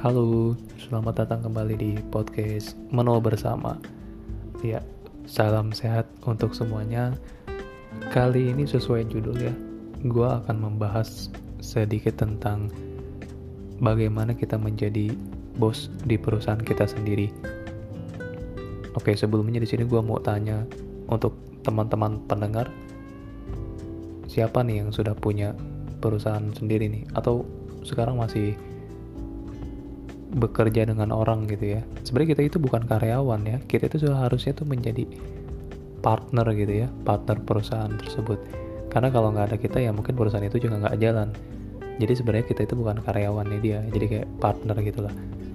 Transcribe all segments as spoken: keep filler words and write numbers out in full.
Halo, selamat datang kembali di podcast Menua Bersama. Ya, salam sehat untuk semuanya. Kali ini sesuai judul ya, gue akan membahas sedikit tentang bagaimana kita menjadi bos di perusahaan kita sendiri. Oke, sebelumnya di sini gue mau tanya untuk teman-teman pendengar, siapa nih yang sudah punya perusahaan sendiri nih, atau sekarang masih bekerja dengan orang gitu ya. Sebenarnya kita itu bukan karyawan ya, kita itu sudah harusnya tuh menjadi partner gitu ya, partner perusahaan tersebut. Karena kalau nggak ada kita ya mungkin perusahaan itu juga nggak jalan. Jadi sebenarnya kita itu bukan karyawannya dia, jadi kayak partner gitulah.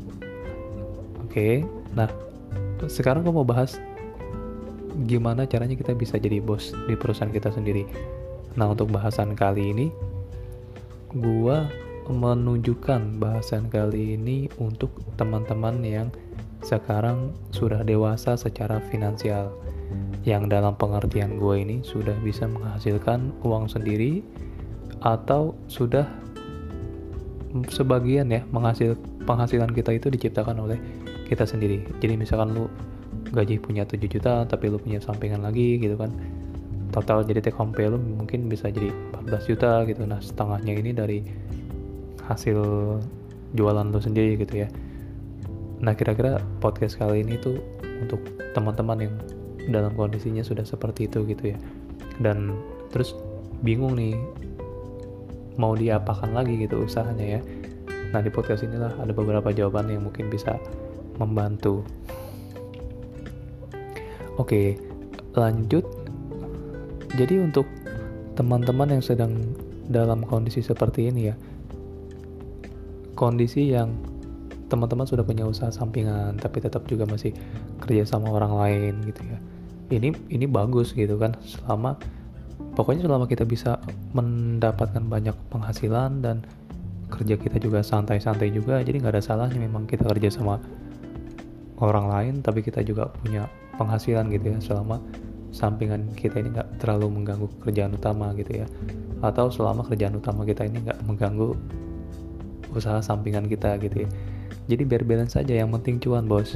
Oke, nah sekarang gue mau bahas gimana caranya kita bisa jadi bos di perusahaan kita sendiri. Nah, untuk bahasan kali ini gue menunjukkan bahasan kali ini untuk teman-teman yang sekarang sudah dewasa secara finansial, yang dalam pengertian gue ini sudah bisa menghasilkan uang sendiri atau sudah sebagian ya menghasil penghasilan kita itu diciptakan oleh kita sendiri. Jadi misalkan lu gaji punya tujuh juta tapi lu punya sampingan lagi gitu kan, total jadi take home pay lu mungkin bisa jadi empat belas juta gitu. Nah, setengahnya ini dari hasil jualan lo sendiri gitu ya. Nah, kira-kira podcast kali ini tuh untuk teman-teman yang dalam kondisinya sudah seperti itu gitu ya, dan terus bingung nih mau diapakan lagi gitu usahanya ya. Nah, di podcast inilah ada beberapa jawaban yang mungkin bisa membantu. Oke, lanjut. Jadi untuk teman-teman yang sedang dalam kondisi seperti ini ya, kondisi yang teman-teman sudah punya usaha sampingan tapi tetap juga masih kerja sama orang lain gitu ya. Ini ini bagus gitu kan, selama pokoknya selama kita bisa mendapatkan banyak penghasilan dan kerja kita juga santai-santai juga, jadi nggak ada salahnya memang kita kerja sama orang lain tapi kita juga punya penghasilan gitu ya, selama sampingan kita ini nggak terlalu mengganggu kerjaan utama gitu ya, atau selama kerjaan utama kita ini nggak mengganggu usaha sampingan kita gitu ya. Jadi biar balance saja, yang penting cuan bos.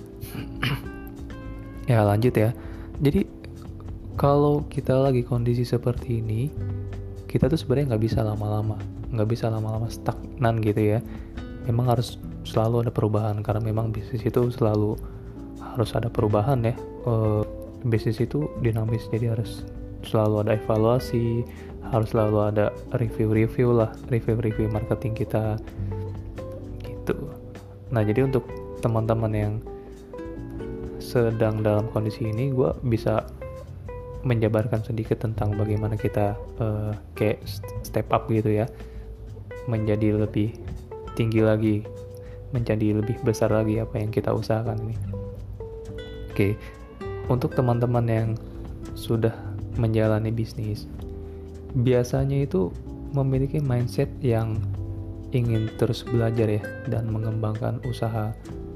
Ya lanjut ya. Jadi kalau kita lagi kondisi seperti ini, kita tuh sebenarnya nggak bisa lama-lama, nggak bisa lama-lama stagnan gitu ya. Memang harus selalu ada perubahan, karena memang bisnis itu selalu harus ada perubahan ya. E, bisnis itu dinamis, jadi harus selalu ada evaluasi, harus selalu ada review-review lah, review-review marketing kita gitu. Nah, jadi untuk teman-teman yang sedang dalam kondisi ini, gue bisa menjabarkan sedikit tentang bagaimana kita uh, kayak step up gitu ya, menjadi lebih tinggi lagi, menjadi lebih besar lagi apa yang kita usahakan ini. Oke, untuk teman-teman yang sudah menjalani bisnis, biasanya itu memiliki mindset yang ingin terus belajar ya dan mengembangkan usaha.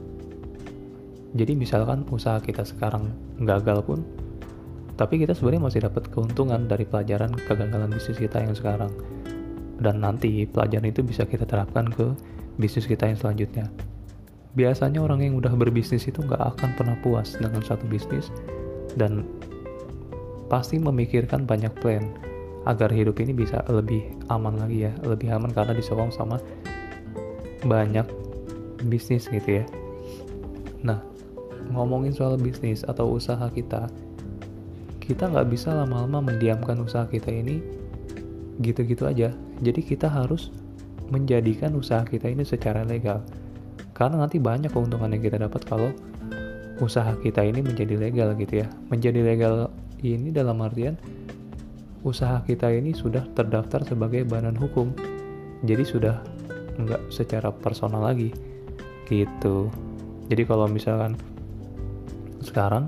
Jadi misalkan usaha kita sekarang gagal pun, tapi kita sebenarnya masih dapat keuntungan dari pelajaran kegagalan bisnis kita yang sekarang, dan nanti pelajaran itu bisa kita terapkan ke bisnis kita yang selanjutnya. Biasanya orang yang udah berbisnis itu nggak akan pernah puas dengan satu bisnis dan pasti memikirkan banyak plan agar hidup ini bisa lebih aman lagi ya, lebih aman karena disokong sama banyak bisnis gitu ya. Nah, ngomongin soal bisnis atau usaha kita, kita nggak bisa lama-lama mendiamkan usaha kita ini gitu-gitu aja. Jadi kita harus menjadikan usaha kita ini secara legal, karena nanti banyak keuntungan yang kita dapat kalau usaha kita ini menjadi legal gitu ya. Menjadi legal ini dalam artian usaha kita ini sudah terdaftar sebagai badan hukum, jadi sudah nggak secara personal lagi gitu. Jadi kalau misalkan sekarang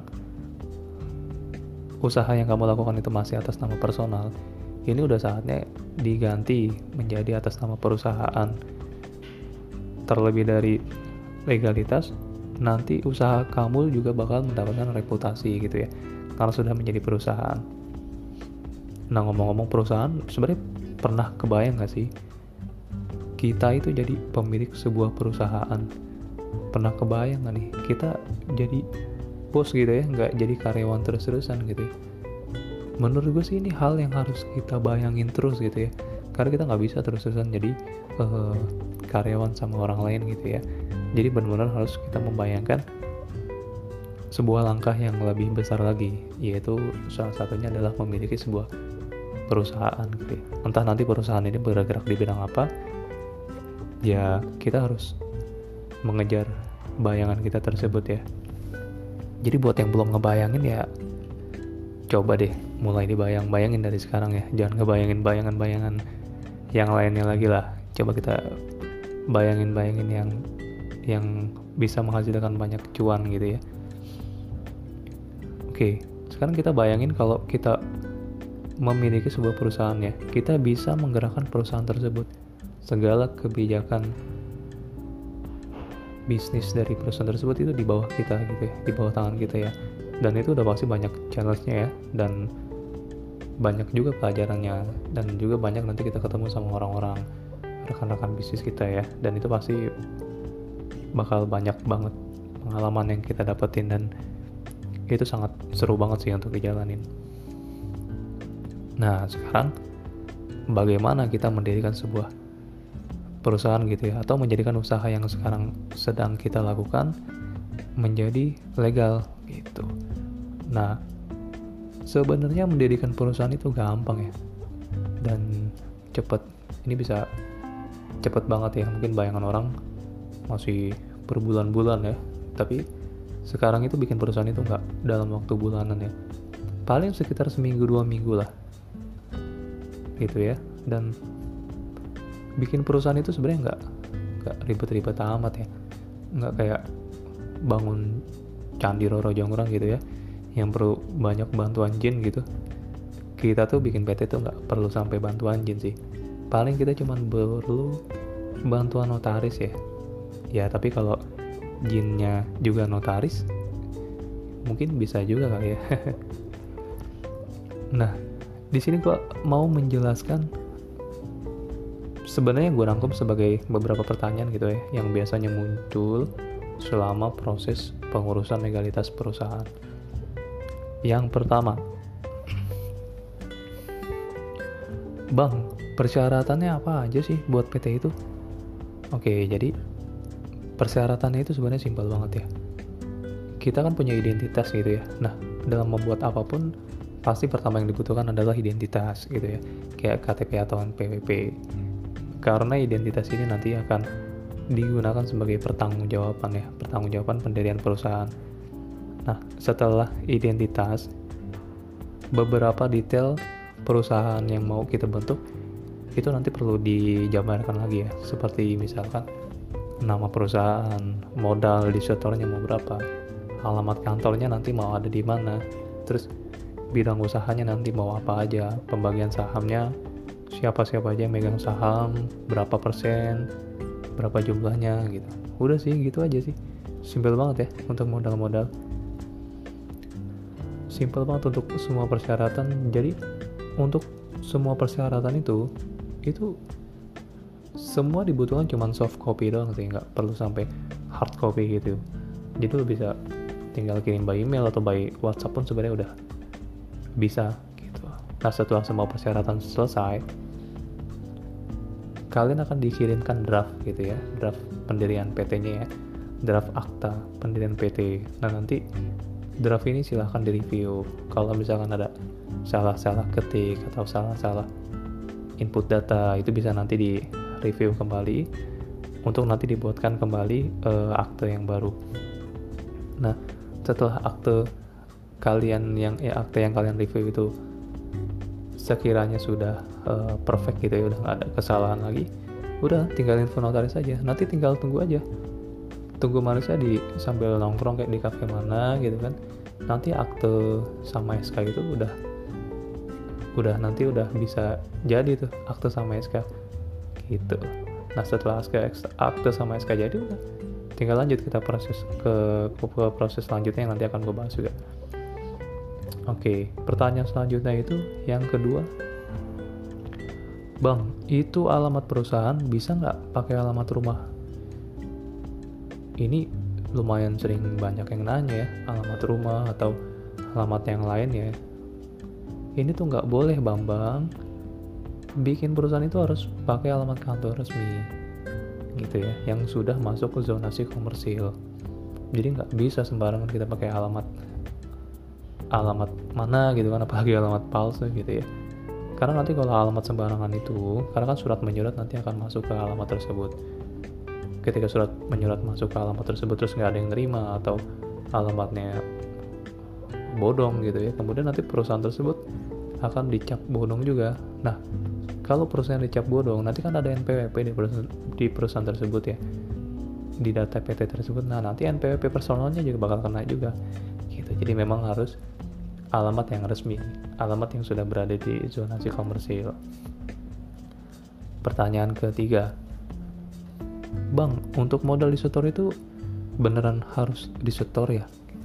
usaha yang kamu lakukan itu masih atas nama personal, ini udah saatnya diganti menjadi atas nama perusahaan. Terlebih dari legalitas, nanti usaha kamu juga bakal mendapatkan reputasi gitu ya, karena sudah menjadi perusahaan. Nah, ngomong-ngomong perusahaan, sebenarnya pernah kebayang gak sih kita itu jadi pemilik sebuah perusahaan. Pernah kebayang gak nih kita jadi bos gitu ya, nggak jadi karyawan terus-terusan gitu ya. Menurut gue sih ini hal yang harus kita bayangin terus gitu ya, karena kita nggak bisa terus-terusan jadi uh, karyawan sama orang lain gitu ya. Jadi benar-benar harus kita membayangkan sebuah langkah yang lebih besar lagi, yaitu salah satunya adalah memiliki sebuah perusahaan gitu ya. Entah nanti perusahaan ini bergerak di bidang apa, ya kita harus mengejar bayangan kita tersebut ya. Jadi buat yang belum ngebayangin ya, coba deh mulai dibayang-bayangin dari sekarang ya. Jangan ngebayangin bayangan-bayangan yang lainnya lagi lah. Coba kita bayangin-bayangin yang yang bisa menghasilkan banyak cuan gitu ya. Oke, sekarang kita bayangin kalau kita memiliki sebuah perusahaan ya, kita bisa menggerakkan perusahaan tersebut. Segala kebijakan bisnis dari perusahaan tersebut itu di bawah kita gitu ya, di bawah tangan kita ya. Dan itu udah pasti banyak challenge-nya ya, dan banyak juga pelajarannya, dan juga banyak nanti kita ketemu sama orang-orang, rekan-rekan bisnis kita ya, dan itu pasti bakal banyak banget pengalaman yang kita dapetin, dan itu sangat seru banget sih untuk dijalanin. Nah sekarang bagaimana kita mendirikan sebuah perusahaan gitu ya, atau menjadikan usaha yang sekarang sedang kita lakukan menjadi legal gitu. Nah sebenarnya mendirikan perusahaan itu gampang ya, dan cepet. Ini bisa cepet banget ya, mungkin bayangan orang masih berbulan-bulan ya, tapi sekarang itu bikin perusahaan itu nggak dalam waktu bulanan ya, paling sekitar seminggu dua minggu lah gitu ya. Dan bikin perusahaan itu sebenarnya nggak nggak ribet-ribet amat ya, nggak kayak bangun candi Roro Jonggrang gitu ya, yang perlu banyak bantuan jin gitu. Kita tuh bikin P T tuh nggak perlu sampai bantuan jin sih, paling kita cuma perlu bantuan notaris ya. Ya tapi kalau jinnya juga notaris mungkin bisa juga kali ya. Nah di sini gue mau menjelaskan sebenarnya gue rangkum sebagai beberapa pertanyaan gitu ya, yang biasanya muncul selama proses pengurusan legalitas perusahaan. Yang pertama, Bang, persyaratannya apa aja sih buat P T itu? Oke, jadi persyaratannya itu sebenarnya simpel banget ya. Kita kan punya identitas gitu ya. Nah, dalam membuat apapun pasti pertama yang dibutuhkan adalah identitas gitu ya, kayak K T P atau P W P. Karena identitas ini nanti akan digunakan sebagai pertanggungjawaban ya, pertanggungjawaban pendirian perusahaan. Nah, setelah identitas, beberapa detail perusahaan yang mau kita bentuk itu nanti perlu dijabarkan lagi ya, seperti misalkan nama perusahaan, modal depositornya mau berapa, alamat kantornya nanti mau ada di mana, terus bidang usahanya nanti mau apa aja, pembagian sahamnya siapa-siapa aja yang megang saham, berapa persen, berapa jumlahnya gitu. Udah sih gitu aja sih, simple banget ya untuk modal-modal, simple banget untuk semua persyaratan. Jadi untuk semua persyaratan itu itu semua dibutuhkan cuma soft copy doang sih, nggak perlu sampai hard copy gitu. Jadi lo bisa tinggal kirim by email atau by WhatsApp pun sebenarnya udah bisa gitu. Nah setelah semua persyaratan selesai, kalian akan dikirimkan draft gitu ya, draft pendirian P T-nya ya, draft akta pendirian P T. Nah nanti draft ini silahkan direview. Kalau misalkan ada salah-salah ketik atau salah-salah input data, itu bisa nanti di review kembali untuk nanti dibuatkan kembali uh, akte yang baru. Nah setelah akte kalian yang ya akte yang kalian review itu sekiranya sudah uh, perfect gitu ya, udah nggak ada kesalahan lagi, udah tinggal info notaris aja. Nanti tinggal tunggu aja, tunggu manusia di sambil nongkrong kayak di kafe mana gitu kan. Nanti akte sama S K itu udah udah nanti udah bisa jadi tuh akte sama S K gitu. Nah setelah akte sama S K jadi, udah tinggal lanjut kita proses ke, ke proses selanjutnya yang nanti akan gue bahas juga. Oke, pertanyaan selanjutnya itu yang kedua, Bang, itu alamat perusahaan bisa nggak pakai alamat rumah? Ini lumayan sering banyak yang nanya ya, alamat rumah atau alamat yang lain ya. Ini tuh nggak boleh Bambang. Bikin perusahaan itu harus pakai alamat kantor resmi, gitu ya, yang sudah masuk ke zonasi komersil. Jadi nggak bisa sembarangan kita pakai alamat alamat mana gitu kan, apalagi alamat palsu gitu ya. Karena nanti kalau alamat sembarangan itu, karena kan surat menyurat nanti akan masuk ke alamat tersebut. Ketika surat menyurat masuk ke alamat tersebut terus nggak ada yang nerima atau alamatnya bodong gitu ya, kemudian nanti perusahaan tersebut akan dicap bodong juga. Nah, kalau perusahaan dicap bodong, nanti kan ada N P W P di perusahaan, di perusahaan tersebut ya, di data P T tersebut. Nah, nanti N P W P personalnya juga bakal kena juga gitu. Jadi memang harus alamat yang resmi, alamat yang sudah berada di zonasi komersil. Pertanyaan ketiga, Bang, untuk modal disetor itu beneran harus disetor ya?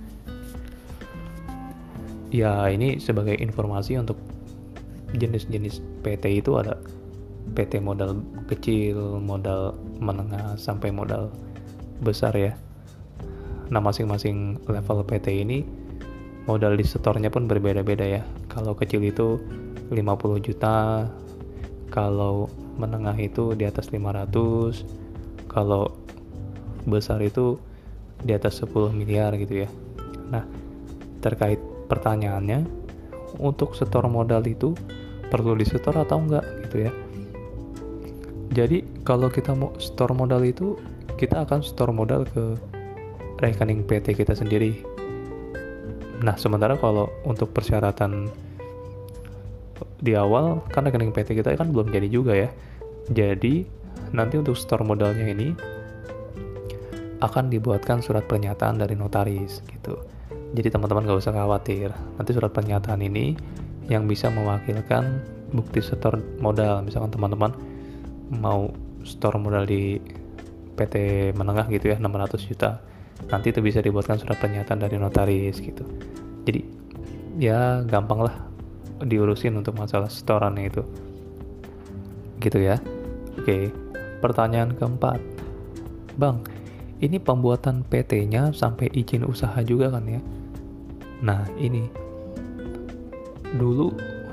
Ya, ini sebagai informasi untuk jenis-jenis P T itu ada P T modal kecil, modal menengah, sampai modal besar ya. Nah, masing-masing level P T ini modal disetornya pun berbeda-beda ya. Kalau kecil itu lima puluh juta, kalau menengah itu di atas lima ratus, kalau besar itu di atas sepuluh miliar gitu ya. Nah, terkait pertanyaannya, untuk setor modal itu perlu disetor atau enggak gitu ya. Jadi kalau kita mau setor modal itu, kita akan setor modal ke rekening P T kita sendiri. Nah, sementara kalau untuk persyaratan di awal, kan rekening P T kita kan belum jadi juga ya. Jadi nanti untuk setor modalnya ini akan dibuatkan surat pernyataan dari notaris gitu. Jadi teman-teman gak usah khawatir, nanti surat pernyataan ini yang bisa mewakilkan bukti setor modal. Misalkan teman-teman mau setor modal di P T menengah gitu ya, enam ratus juta, nanti itu bisa dibuatkan surat pernyataan dari notaris gitu. Jadi ya gampang lah diurusin untuk masalah setorannya itu gitu ya. Oke, pertanyaan keempat, Bang, ini pembuatan P T-nya sampai izin usaha juga kan ya? Nah, ini dulu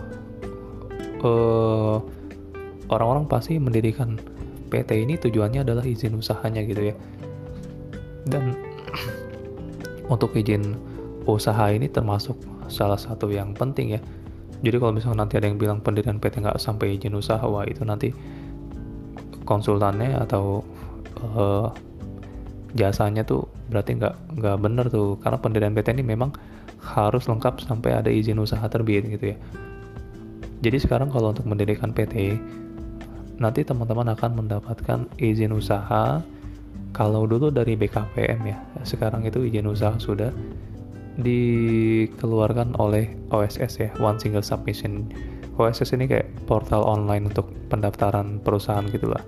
eh, orang-orang pasti mendirikan P T ini tujuannya adalah izin usahanya gitu ya. Dan untuk izin usaha ini termasuk salah satu yang penting ya. Jadi kalau misalnya nanti ada yang bilang pendirian P T nggak sampai izin usaha, wah itu nanti konsultannya atau uh, jasanya tuh berarti nggak nggak bener tuh, karena pendirian P T ini memang harus lengkap sampai ada izin usaha terbit gitu ya. Jadi sekarang kalau untuk mendirikan P T, nanti teman-teman akan mendapatkan izin usaha. Kalau dulu dari B K P M ya, sekarang itu izin usaha sudah dikeluarkan oleh O S S ya, One Single Submission. O S S ini kayak portal online untuk pendaftaran perusahaan gitulah.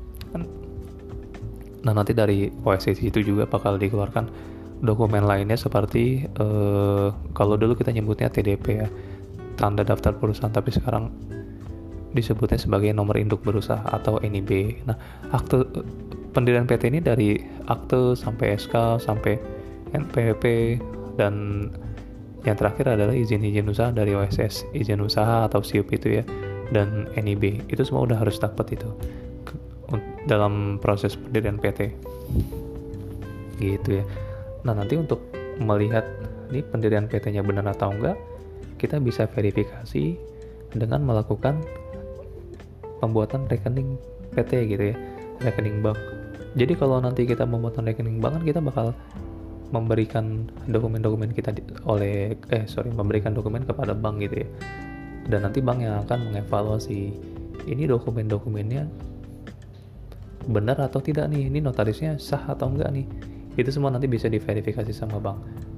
Nah, nanti dari O S S itu juga bakal dikeluarkan dokumen lainnya seperti eh, kalau dulu kita nyebutnya T D P ya, tanda daftar perusahaan, tapi sekarang disebutnya sebagai nomor induk berusaha atau N I B. Nah, akte pendirian P T ini dari akte sampai S K sampai N P W P, dan yang terakhir adalah izin-izin usaha dari O S S, izin usaha atau S I U P itu ya, dan N I B. Itu semua udah harus dapat itu dalam proses pendirian P T gitu ya. Nah, nanti untuk melihat ini pendirian P T-nya benar atau enggak, kita bisa verifikasi dengan melakukan pembuatan rekening P T gitu ya, rekening bank. Jadi kalau nanti kita membuat rekening bank kan kita bakal memberikan dokumen-dokumen kita di, oleh eh sorry memberikan dokumen kepada bank gitu ya, dan nanti bank yang akan mengevaluasi ini dokumen-dokumennya benar atau tidak nih, ini notarisnya sah atau enggak nih. Itu semua nanti bisa diverifikasi sama bank.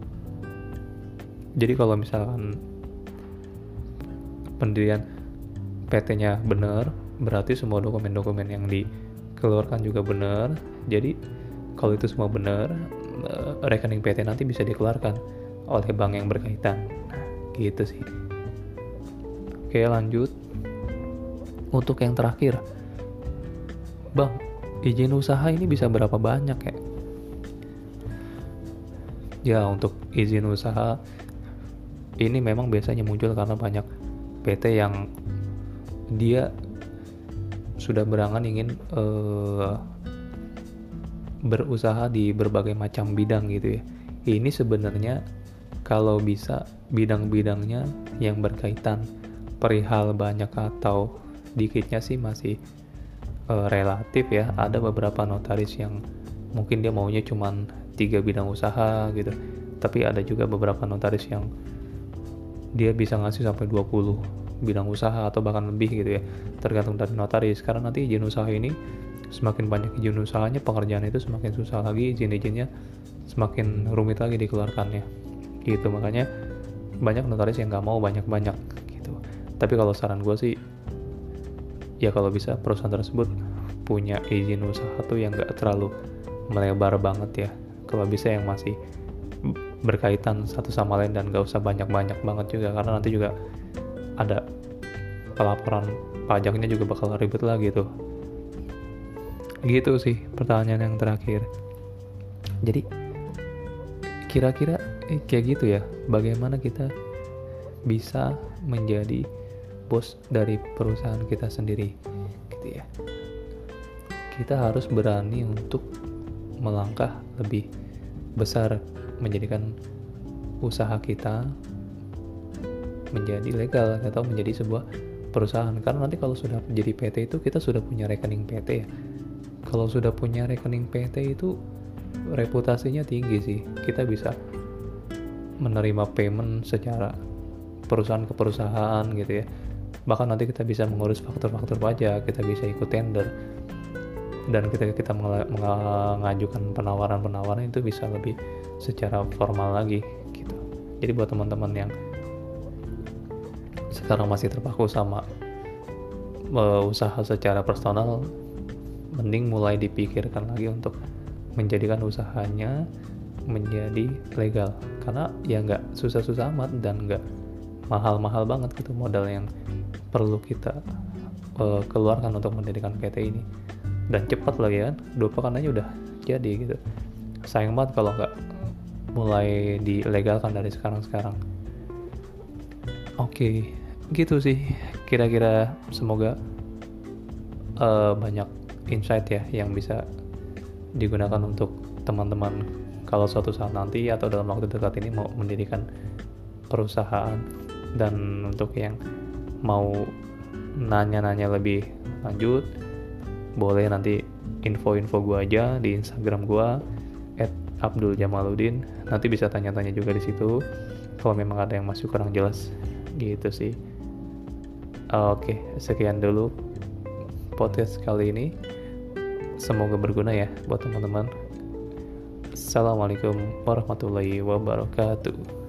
Jadi kalau misalkan pendirian P T-nya benar, berarti semua dokumen-dokumen yang dikeluarkan juga benar. Jadi kalau itu semua benar, rekening P T nanti bisa dikeluarkan oleh bank yang berkaitan. Nah, gitu sih. Oke, lanjut. Untuk yang terakhir, bang, izin usaha ini bisa berapa banyak ya? Ya, untuk izin usaha ini memang biasanya muncul karena banyak P T yang dia sudah berangan ingin uh, berusaha di berbagai macam bidang gitu ya. Ini sebenarnya kalau bisa bidang-bidangnya yang berkaitan perihal banyak atau dikitnya sih masih uh, relatif ya. Ada beberapa notaris yang mungkin dia maunya cuman tiga bidang usaha gitu, tapi ada juga beberapa notaris yang dia bisa ngasih sampai dua puluh bidang usaha atau bahkan lebih gitu ya, tergantung dari notaris. Karena nanti izin usaha ini semakin banyak izin usahanya, pengerjaan itu semakin susah lagi, izin-izinnya semakin rumit lagi dikeluarkannya gitu. Makanya banyak notaris yang nggak mau banyak-banyak gitu. Tapi kalau saran gue sih, ya kalau bisa perusahaan tersebut punya izin usaha tuh yang nggak terlalu melebar banget ya. Kalau bisa yang masih berkaitan satu sama lain dan gak usah banyak-banyak banget juga, karena nanti juga ada pelaporan pajaknya juga bakal ribet lah gitu. Gitu sih pertanyaan yang terakhir. Jadi kira-kira eh, kayak gitu ya, bagaimana kita bisa menjadi bos dari perusahaan kita sendiri gitu ya. Kita harus berani untuk melangkah lebih besar, menjadikan usaha kita menjadi legal atau menjadi sebuah perusahaan. Karena nanti kalau sudah jadi P T itu kita sudah punya rekening P T ya. Kalau sudah punya rekening P T itu reputasinya tinggi sih. Kita bisa menerima payment secara perusahaan ke perusahaan gitu ya. Bahkan nanti kita bisa mengurus faktur-faktur pajak, kita bisa ikut tender, dan ketika kita mengajukan penawaran-penawaran itu bisa lebih secara formal lagi gitu. Jadi buat teman-teman yang sekarang masih terpaku sama uh, usaha secara personal, mending mulai dipikirkan lagi untuk menjadikan usahanya menjadi legal. Karena ya nggak susah-susah amat dan nggak mahal-mahal banget gitu modal yang perlu kita uh, keluarkan untuk mendirikan P T ini. Dan cepat lagi kan, dua pekan aja udah jadi gitu. Sayang banget kalau nggak mulai dilegalkan dari sekarang-sekarang. Oke, gitu sih kira-kira. Semoga uh, banyak insight ya yang bisa digunakan untuk teman-teman kalau suatu saat nanti atau dalam waktu dekat ini mau mendirikan perusahaan. Dan untuk yang mau nanya-nanya lebih lanjut, boleh nanti info-info gue aja di Instagram gue et abdul jamaludin. Nanti bisa tanya-tanya juga di situ kalau memang ada yang masih kurang jelas gitu sih. Oke, sekian dulu podcast kali ini. Semoga berguna ya buat teman-teman. Assalamualaikum warahmatullahi wabarakatuh.